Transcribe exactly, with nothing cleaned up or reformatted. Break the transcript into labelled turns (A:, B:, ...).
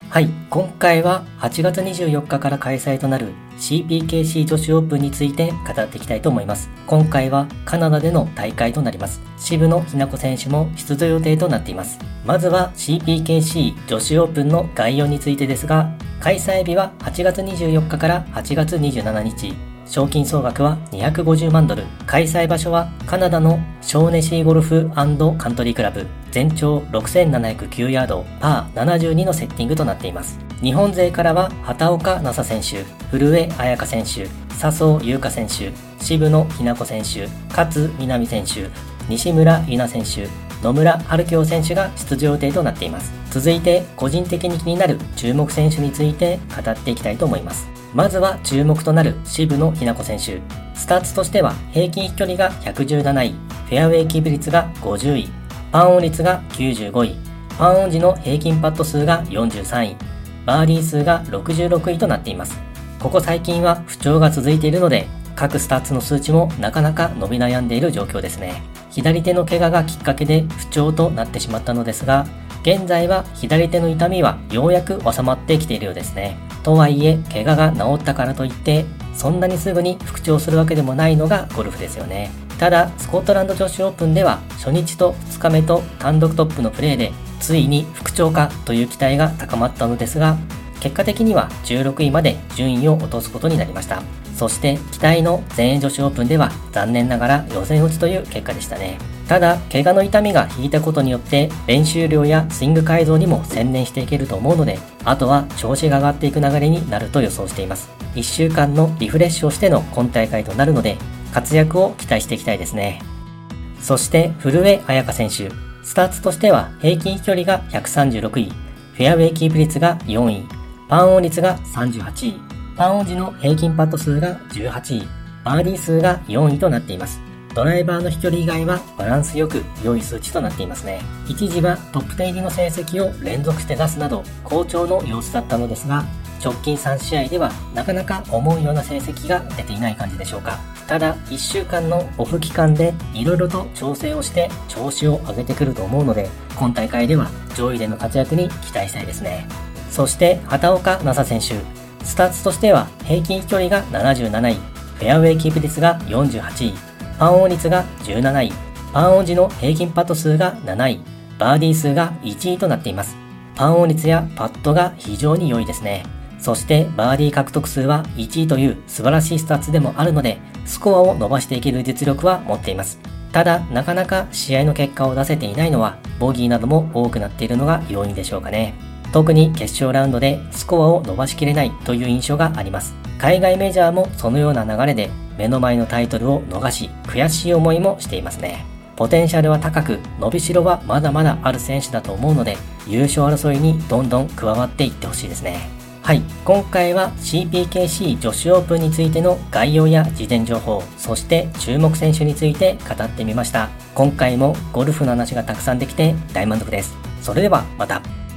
A: はい、今回ははちがつにじゅうよっかから開催となる シーピーケーシー 女子オープンについて語っていきたいと思います。今回はカナダでの大会となります。渋野日向子選手も出場予定となっています。まずは シーピーケーシー 女子オープンの概要についてですが、開催日ははちがつにじゅうよっかからはちがつにじゅうしちにち。賞金総額はにひゃくごじゅうまんドル。開催場所はカナダのショーネシーゴルフ&カントリークラブ。全長ろくせんななひゃくきゅうヤード、パーななじゅうにのセッティングとなっています。日本勢からは畑岡奈紗選手、古江彩佳選手、笹生優花選手、渋野日向子選手、勝みなみ選手、西村優菜選手、野村春京選手が出場予定となっています。続いて個人的に気になる注目選手について語っていきたいと思います。まずは注目となる渋野日向子選手。スタッツとしては平均飛距離がひゃくじゅうなない、フェアウェイキープ率がごじゅうい、パンオン率がきゅうじゅうごい、パンオン時の平均パット数がよんじゅうさんい、バーディー数がろくじゅうろくいとなっています。ここ最近は不調が続いているので、各スタッツの数値もなかなか伸び悩んでいる状況ですね。左手の怪我がきっかけで不調となってしまったのですが、現在は左手の痛みはようやく収まってきているようですね。とはいえ、怪我が治ったからといって、そんなにすぐに復調するわけでもないのがゴルフですよね。ただ、スコットランド女子オープンでは、初日とふつかめと単独トップのプレーで、ついに復調かという期待が高まったのですが、結果的にはじゅうろくいまで順位を落とすことになりました。そして期待の全英女子オープンでは残念ながら予選落ちという結果でしたね。ただ、怪我の痛みが引いたことによって練習量やスイング改造にも専念していけると思うので、あとは調子が上がっていく流れになると予想しています。いっしゅうかんのリフレッシュをしての今大会となるので、活躍を期待していきたいですね。そして古江彩佳選手。スタッツとしては平均飛距離がひゃくさんじゅうろくい、フェアウェイキープ率がよんい、パンオン率がさんじゅうはちい、パンオン時の平均パット数がじゅうはちい、バーディー数がよんいとなっています。ドライバーの飛距離以外はバランスよく良い数値となっていますね。一時はトップじゅう入りの成績を連続して出すなど好調の様子だったのですが、直近さんしあいではなかなか思うような成績が出ていない感じでしょうか。ただいっしゅうかんのオフ期間で色々と調整をして調子を上げてくると思うので、今大会では上位での活躍に期待したいですね。そして畑岡奈紗選手。スタッツとしては平均飛距離がななじゅうなない、フェアウェイキープ率がよんじゅうはちい、パンオン率がじゅうなない、パンオン時の平均パット数がなない、バーディー数がいちいとなっています。パンオン率やパットが非常に良いですね。そしてバーディー獲得数はいちいという素晴らしいスタッツでもあるので、スコアを伸ばしていける実力は持っています。ただ、なかなか試合の結果を出せていないのは、ボギーなども多くなっているのが要因でしょうかね。特に決勝ラウンドでスコアを伸ばしきれないという印象があります。海外メジャーもそのような流れで目の前のタイトルを逃し、悔しい思いもしていますね。ポテンシャルは高く、伸びしろはまだまだある選手だと思うので、優勝争いにどんどん加わっていってほしいですね。はい、今回は シーピーケーシー 女子オープンについての概要や事前情報、そして注目選手について語ってみました。今回もゴルフの話がたくさんできて大満足です。それではまた。